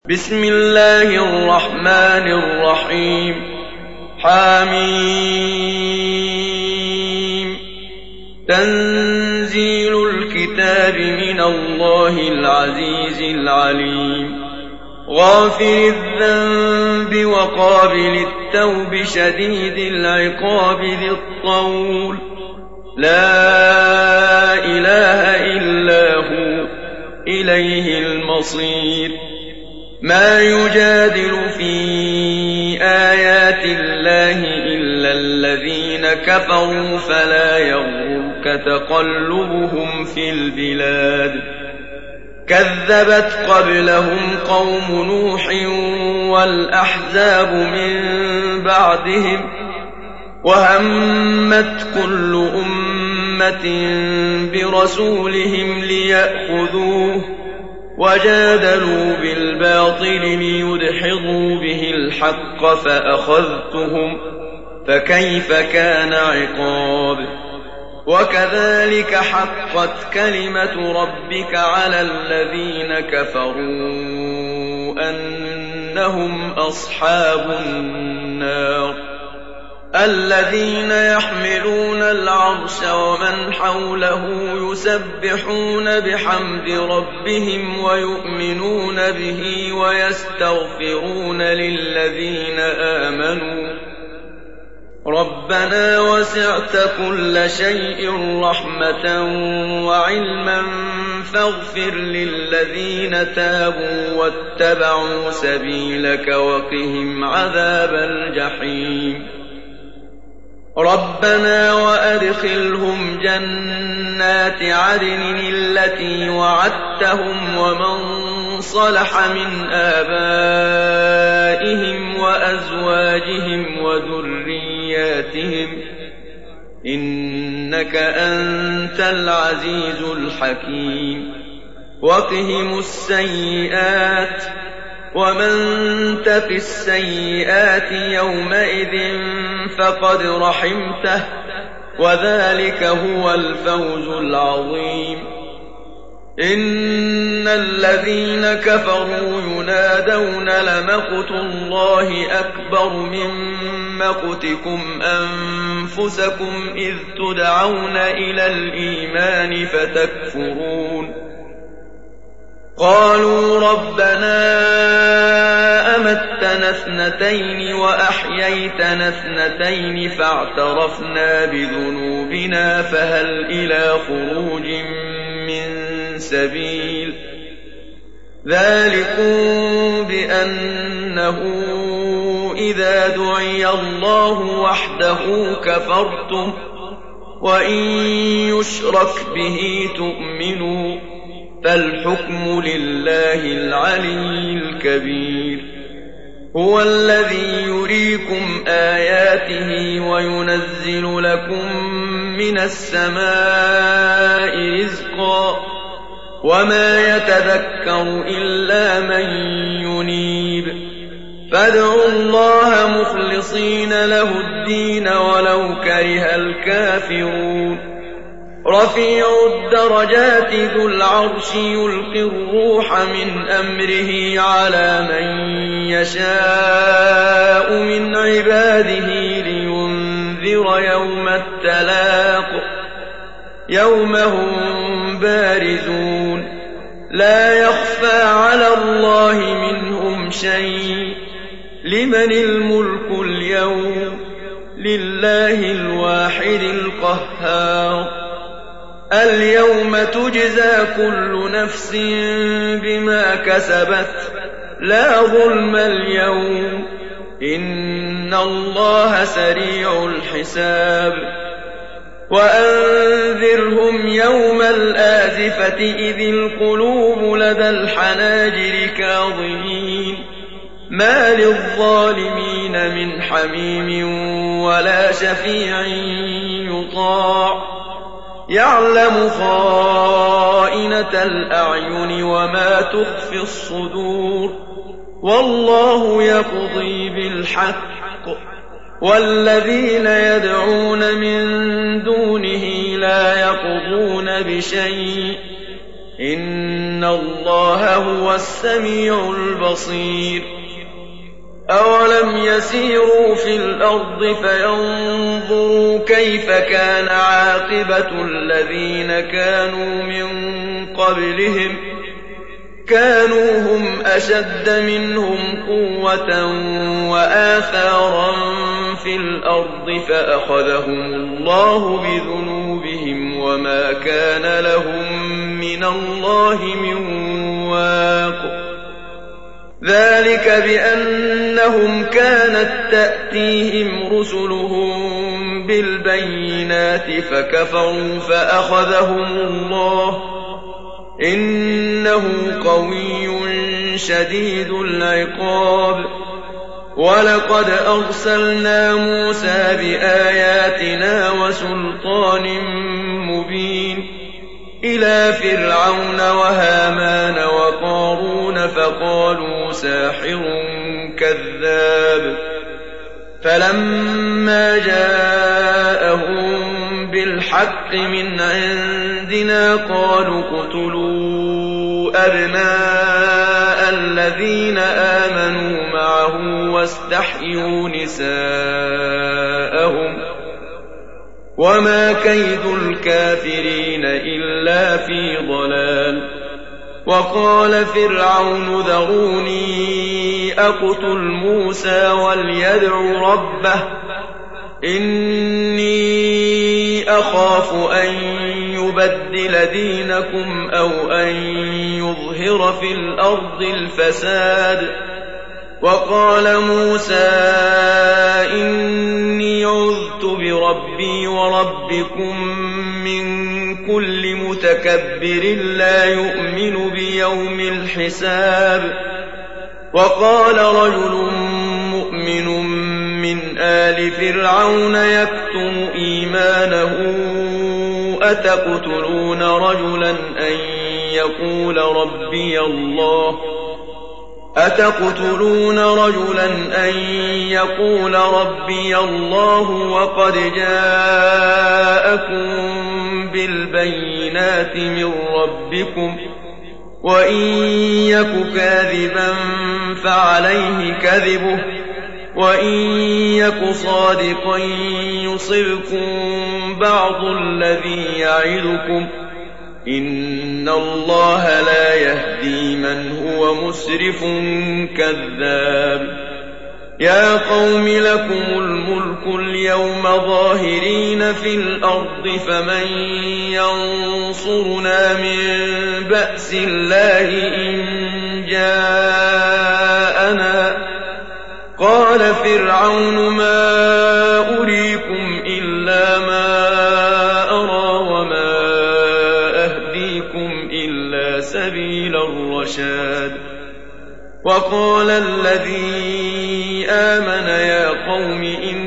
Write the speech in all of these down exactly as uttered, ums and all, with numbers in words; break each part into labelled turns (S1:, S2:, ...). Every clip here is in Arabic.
S1: بسم الله الرحمن الرحيم حميم تنزيل الكتاب من الله العزيز العليم غافر الذنب وقابل التوب شديد العقاب ذي الطول لا إله إلا هو إليه المصير ما يجادل في آيات الله إلا الذين كفروا فلا يغرك تقلبهم في البلاد كذبت قبلهم قوم نوح والأحزاب من بعدهم وهمت كل أمة برسولهم ليأخذوه وجادلوا بالباطل ليدحضوا به الحق فأخذتهم فكيف كان عقاب وكذلك حقت كلمة ربك على الذين كفروا أنهم أصحاب النار الذين يحملون العرش ومن حوله يسبحون بحمد ربهم ويؤمنون به ويستغفرون للذين آمنوا ربنا وسعت كل شيء رحمة وعلما فاغفر للذين تابوا واتبعوا سبيلك وقهم عذاب الجحيم ربنا وأدخلهم جنات عدن التي وعدتهم ومن صلح من آبائهم وأزواجهم وذرياتهم إنك أنت العزيز الحكيم وقهم السيئات ومن تق السيئات يومئذ فقد رحمته وذلك هو الفوز العظيم إن الذين كفروا ينادون لمقت الله أكبر من مقتكم أنفسكم إذ تدعون إلى الإيمان فتكفرون قالوا ربنا أمتنا اثنتين وأحييتنا اثنتين فاعترفنا بذنوبنا فهل إلى خروج من سبيل ذلكم بأنه إذا دعي الله وحده كفرتم وإن يشرك به تؤمنوا فالحكم لله العلي الكبير هو الذي يريكم آياته وينزل لكم من السماء رزقا وما يتذكر إلا من ينيب فادعوا الله مخلصين له الدين ولو كره الكافرون رفيع الدرجات ذو العرش يلقي الروح من أمره على من يشاء من عباده لينذر يوم التلاق يوم هم بارزون لا يخفى على الله منهم شيء لمن الملك اليوم لله الواحد القهار اليوم تجزى كل نفس بما كسبت لا ظلم اليوم إن الله سريع الحساب وأنذرهم يوم الآزفة إذ القلوب لدى الحناجر كاظمين ما للظالمين من حميم ولا شفيع يطاع يعلم خائنة الأعين وما تخفي الصدور والله يقضي بالحق والذين يدعون من دونه لا يقضون بشيء إن الله هو السميع البصير أولم يسيروا في الأرض فينظروا كيف كان عاقبة الذين كانوا من قبلهم كانوا هم أشد منهم قوة وآثارا في الأرض فأخذهم الله بذنوبهم وما كان لهم من الله من واق ذلك بأنهم كانت تأتيهم رسلهم بالبينات فكفروا فأخذهم الله إنه قوي شديد العقاب ولقد أرسلنا موسى بآياتنا وسلطان مبين إلى فرعون وهامان وقارون فقالوا ساحر كذاب فلما جاءهم بالحق من عندنا قالوا اقتلوا أبناء الذين آمنوا معه واستحيوا نساءهم وما كيد الكافرين إلا في ضلال وقال فرعون ذروني أقتل موسى وليدع ربه إني أخاف أن يبدل دينكم أو أن يظهر في الأرض الفساد وقال موسى إني عذت بربي وربكم من كل متكبر لا يؤمن بيوم الحساب وقال رجل مؤمن من آل فرعون يكتم إيمانه أتقتلون رجلا أن يقول ربي الله أتقتلون رجلا أن يقول ربي الله وقد جاءكم بالبينات من ربكم وإن يك كاذبا فعليه كذبه وإن يك صادقا يصبكم بعض الذي يعدكم إن الله لا يهدي من هو مسرف كذاب يا قوم لكم الملك اليوم ظاهرين في الأرض فمن ينصرنا من بأس الله إن جاءنا قال فرعون ما أريكم إلا ما أرى وما أهديكم إلا سبيل الرشاد وقال الذي آمن يا قوم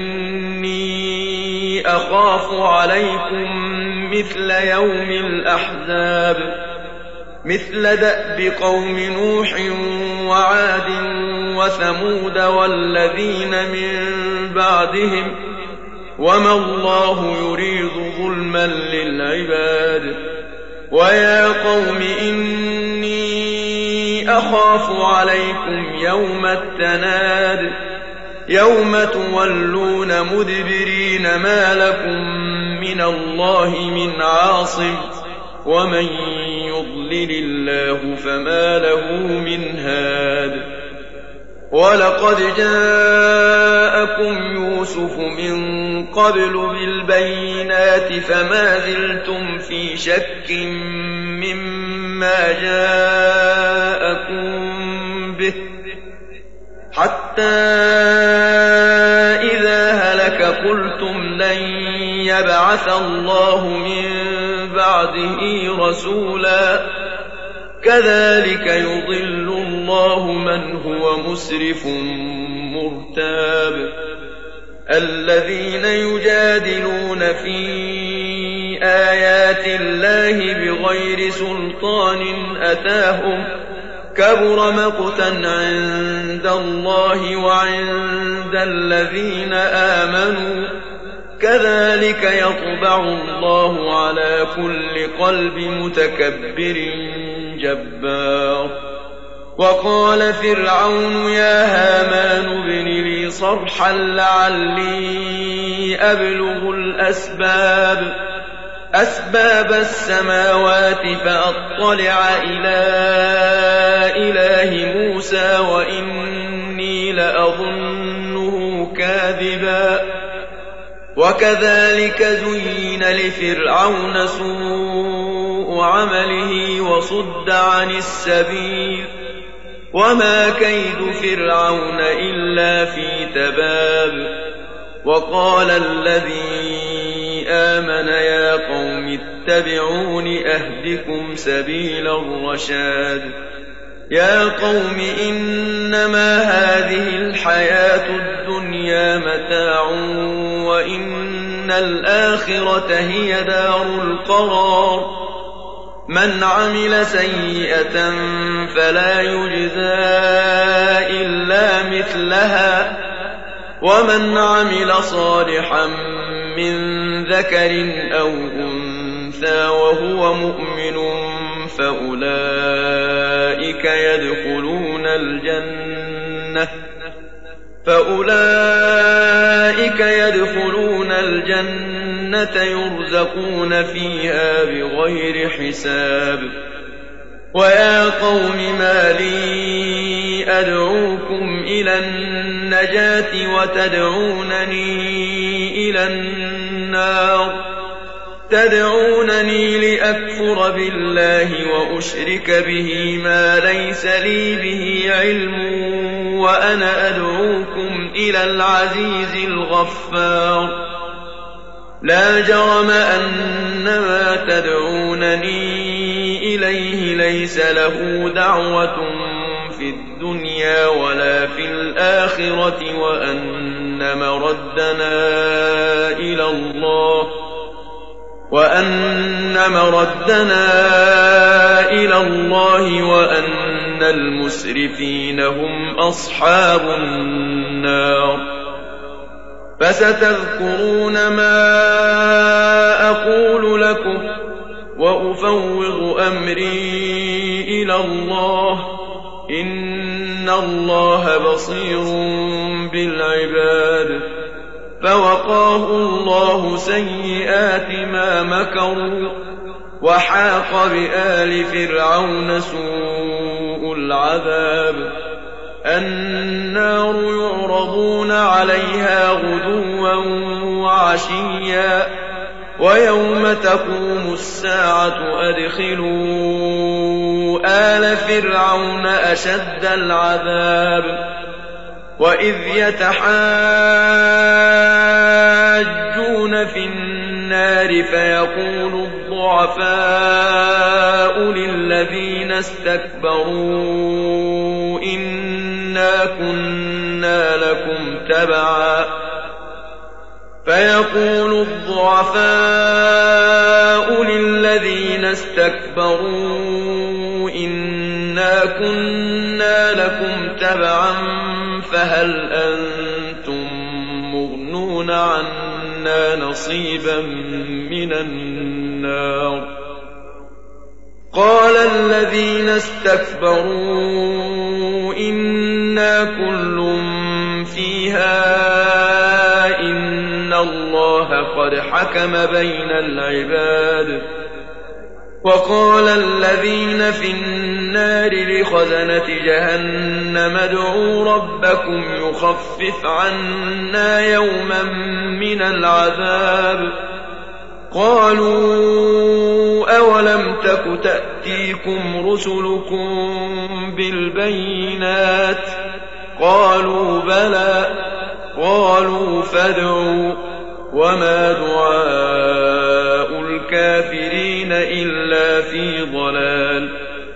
S1: إني أخاف عليكم مثل يوم الأحزاب مثل دأب قوم نوح وعاد وثمود والذين من بعدهم وما الله يريد ظلما للعباد ويا قوم إني أخاف عليكم يوم التناد يوم تولون مدبرين ما لكم من الله من عاصم ومن يضلل الله فما له من هاد ولقد جاءكم يوسف من قبل بالبينات فما زلتم في شك مما جاءكم به حتى إذا هلك قلتم لن يبعث الله من بعده رسولا كذلك يضل الله من هو مسرف مرتاب الذين يجادلون في آيات الله بغير سلطان أتاهم كبر مقتا عند الله وعند الذين آمنوا كذلك يطبع الله على كل قلب متكبر جبار. وقال فرعون يا هامان ابن لي صرحا لعلي أبلغ الأسباب أسباب السماوات فأطلع إلى إله موسى وإني لأظنه كاذبا. وكذلك زين لفرعون سوء عمله وصد عن السبيل وما كيد فرعون إلا في تباب. وقال الذي آمن يا قوم اتبعون أهدكم سبيل الرشاد. يا قوم إنما هذه الحياة الدنيا متاع وإن الآخرة هي دار القرار. من عمل سيئة فلا يجزى إلا مثلها ومن عمل صالحا من ذكر أو أنثى وهو مؤمن فأولئك يدخلون الجنة فأولئك يدخلون الجنة يرزقون فيها بغير حساب. ويا قوم ما لي أدعوكم إلى النجاة وتدعونني إلى النار تدعونني لأكفر بالله وأشرك به ما ليس لي به علم وأنا أدعوكم إلى العزيز الغفار. لا جرم أن ما تدعونني إليه ليس له دعوة في الدنيا ولا في الآخرة وأن مردنا إلى الله وأن مردنا إلى الله وأن المسرفين هم أصحاب النار. فستذكرون ما أقول لكم وأفوض أمري إلى الله إن الله بصير بالعباد. فوقاه الله سيئات ما مكروا وحاق بآل فرعون سوء العذاب. النار يعرضون عليها غدوا وعشيا ويوم تقوم الساعة أدخلوا آل فرعون أشد العذاب. وإذ يتحاجون في النار فيقول الضعفاء للذين استكبروا إنا كنا لكم تبعا فيقول الضعفاء للذين استكبروا إنا كنا لكم تبعا فهل أنتم مغنون عنا نصيبا من النار. قال الذين استكبروا إنا كل فيها إن الله قد حكم بين العباد. وقال الذين في النار لخزنة جهنم ادعوا ربكم يخفف عنا يوما من العذاب. قالوا أولم تك تأتيكم رسلكم بالبينات قالوا بلى قالوا فادعوا وما دعاء الكافرين إلا في ضلال.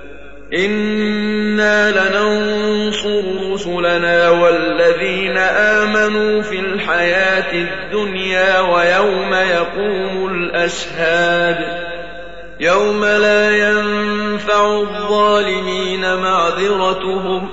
S1: إنا لننصر رسلنا والذين آمنوا في الحياة الدنيا ويوم يقوم الأشهاد يوم لا ينفع الظالمين معذرتهم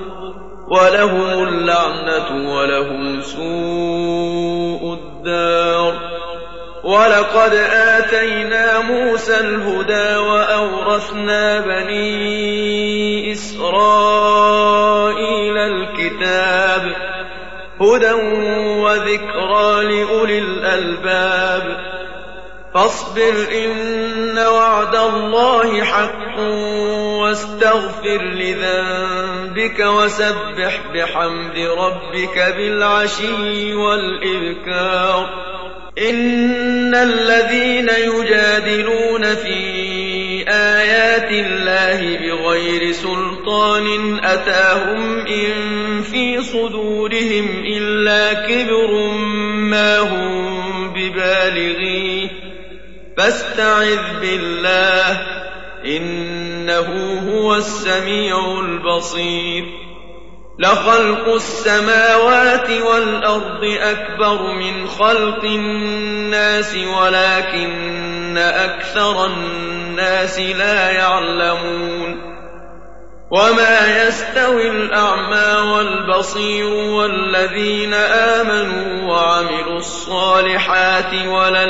S1: ولهم اللعنة ولهم سوء الدار. ولقد آتينا موسى الهدى وأورثنا بني إسرائيل الكتاب هدى وذكرى لأولي الألباب فاصبر إن وعد الله حق واستغفر لذنبك وسبح بحمد ربك بالعشي والإبكار إن الذين يجادلون في آيات الله بغير سلطان أتاهم إن في صدورهم إلا كبر ما هم ببالغيه فاستعذ بالله إنه هو السميع البصير لخلق السماوات والأرض أكبر من خلق الناس ولكن أكثر الناس لا يعلمون وما يستوي الأعمى والبصير والذين آمنوا وعملوا الصالحات ولا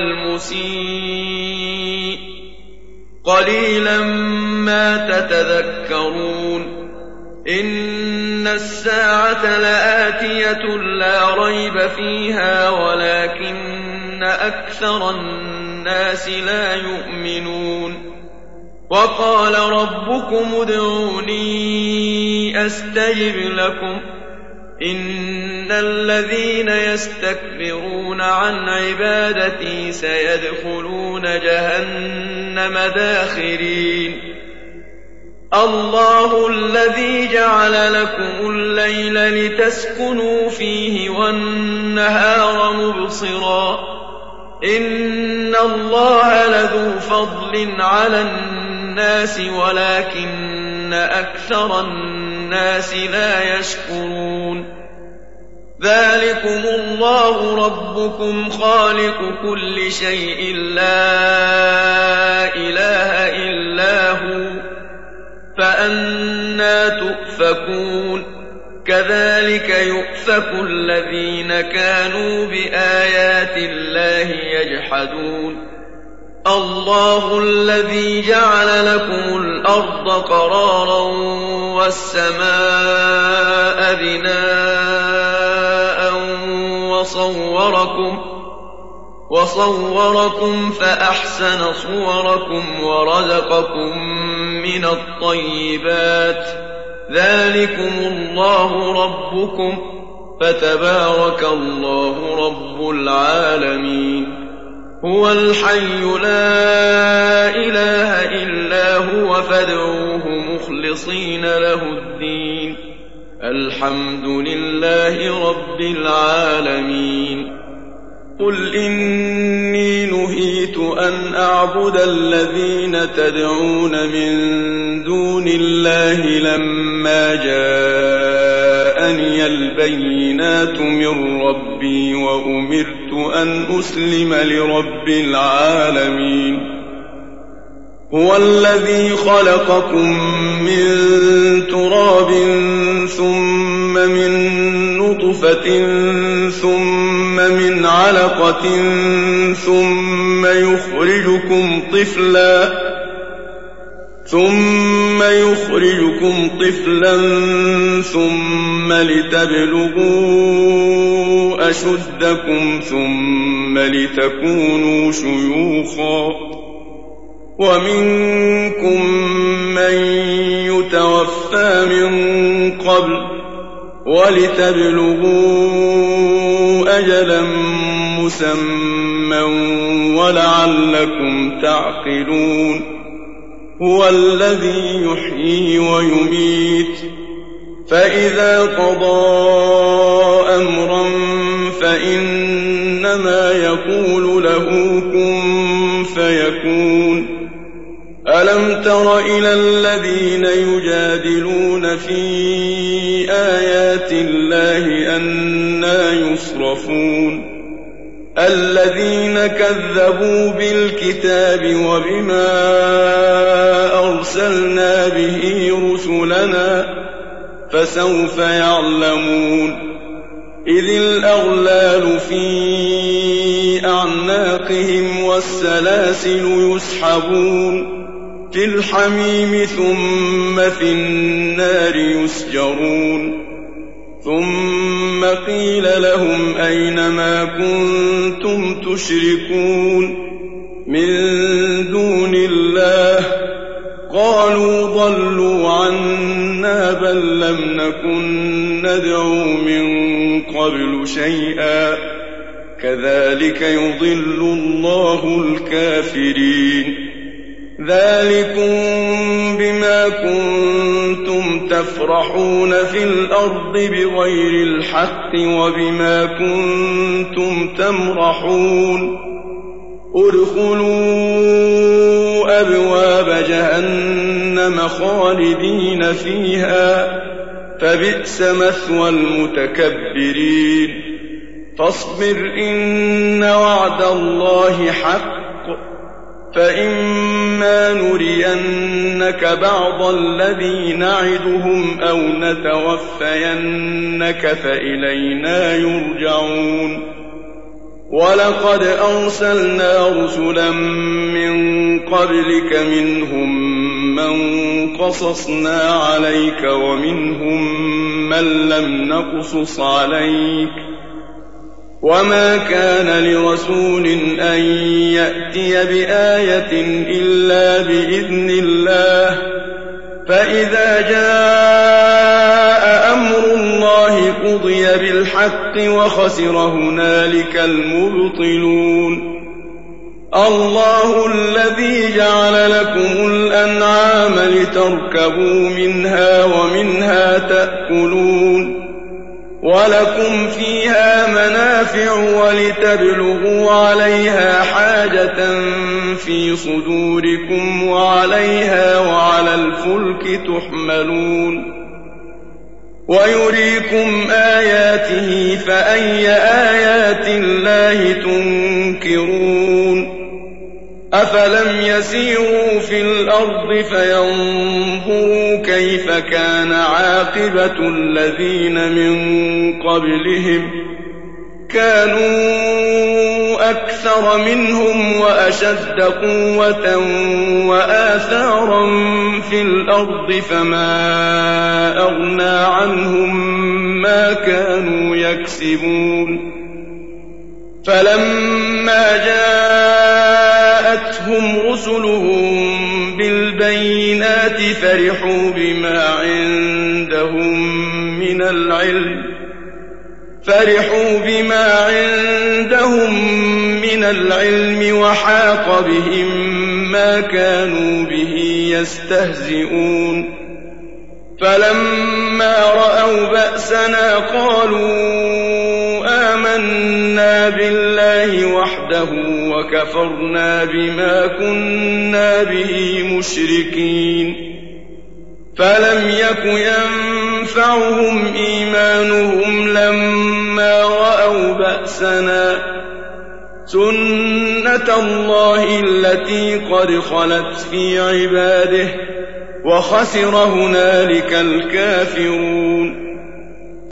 S1: المسيء قليلا ما تتذكرون إن الساعة لآتية لا ريب فيها ولكن أكثر الناس لا يؤمنون وقال ربكم ادعوني أستجب لكم إن الذين يستكبرون عن عبادتي سيدخلون جهنم داخرين الله الذي جعل لكم الليل لتسكنوا فيه والنهار مبصرا إن الله لذو فضل على الناس ولكن أكثر الناس لا يشكرون ذلكم الله ربكم خالق كل شيء لا إله إلا هو فأنى تؤفكون كذلك يؤفك الذين كانوا بآيات الله يجحدون الله الذي جعل لكم الأرض قرارا والسماء بناء وصوركم وصوركم فأحسن صوركم ورزقكم من الطيبات ذلكم الله ربكم فتبارك الله رب العالمين هو الحي لا إله إلا هو فادعوه مخلصين له الدين الحمد لله رب العالمين قل إني نهيت أن أعبد الذين تدعون من دون الله لما جاءني البينات من ربي وأمرت أن أسلم لرب العالمين هو الذي خلقكم من تراب ثم من نطفة ثم من علقة ثم يخرجكم طفلا ثم يخرجكم طفلا ثم لتبلغوا أشدكم ثم لتكونوا شيوخا ومنكم من يتوفى من قبل ولتبلغوا أجلا مسمى ولعلكم تعقلون هو الذي يحيي ويميت فإذا قضى أمرا فإنما يقول له كن فيكون ألم تر إلى الذين يجادلون في آيات الله أنى يصرفون الذين كذبوا بالكتاب وبما أرسلنا به رسلنا فسوف يعلمون إذ الأغلال في أعناقهم والسلاسل يسحبون في الحميم ثم في النار يسجرون ثم قيل لهم أين ما كنتم تشركون من دون الله قالوا ضلوا عنا بل لم نكن ندعو من قبل شيئا كذلك يضل الله الكافرين ذلكم بما كنتم تفرحون في الأرض بغير الحق وبما كنتم تمرحون ادخلوا أبواب جهنم خالدين فيها فبئس مثوى المتكبرين فاصبر إن وعد الله حق فإما نرينك بعض الذي نعدهم أو نتوفينك فإلينا يرجعون ولقد أرسلنا رسلا من قبلك منهم من قصصنا عليك ومنهم من لم نقصص عليك وما كان لرسول أن يأتي بآية إلا بإذن الله فإذا جاء أمر الله قضي بالحق وخسر هنالك المبطلون الله الذي جعل لكم الأنعام لتركبوا منها ومنها تأكلون ولكم فيها منافع ولتبلغوا عليها حاجة في صدوركم وعليها وعلى الفلك تحملون ويريكم آياته فأي آيات الله تنكرون أفلم يسيروا في الأرض فينظروا كيف كان عاقبة الذين من قبلهم كانوا أكثر منهم وأشد قوة وآثارا في الأرض فما أغنى عنهم ما كانوا يكسبون فلما جاءتهم رسلهم بالبينات فرحوا بما عندهم من العلم فرحوا بما عندهم من العلم وحاق بهم ما كانوا به يستهزئون فلما رأوا بأسنا قالوا آمنا بالله وحده وكفرنا بما كنا به مشركين فلم يك ينفعهم إيمانهم لما رأوا بأسنا سنة الله التي قد خلت في عباده وخسر هنالك الكافرون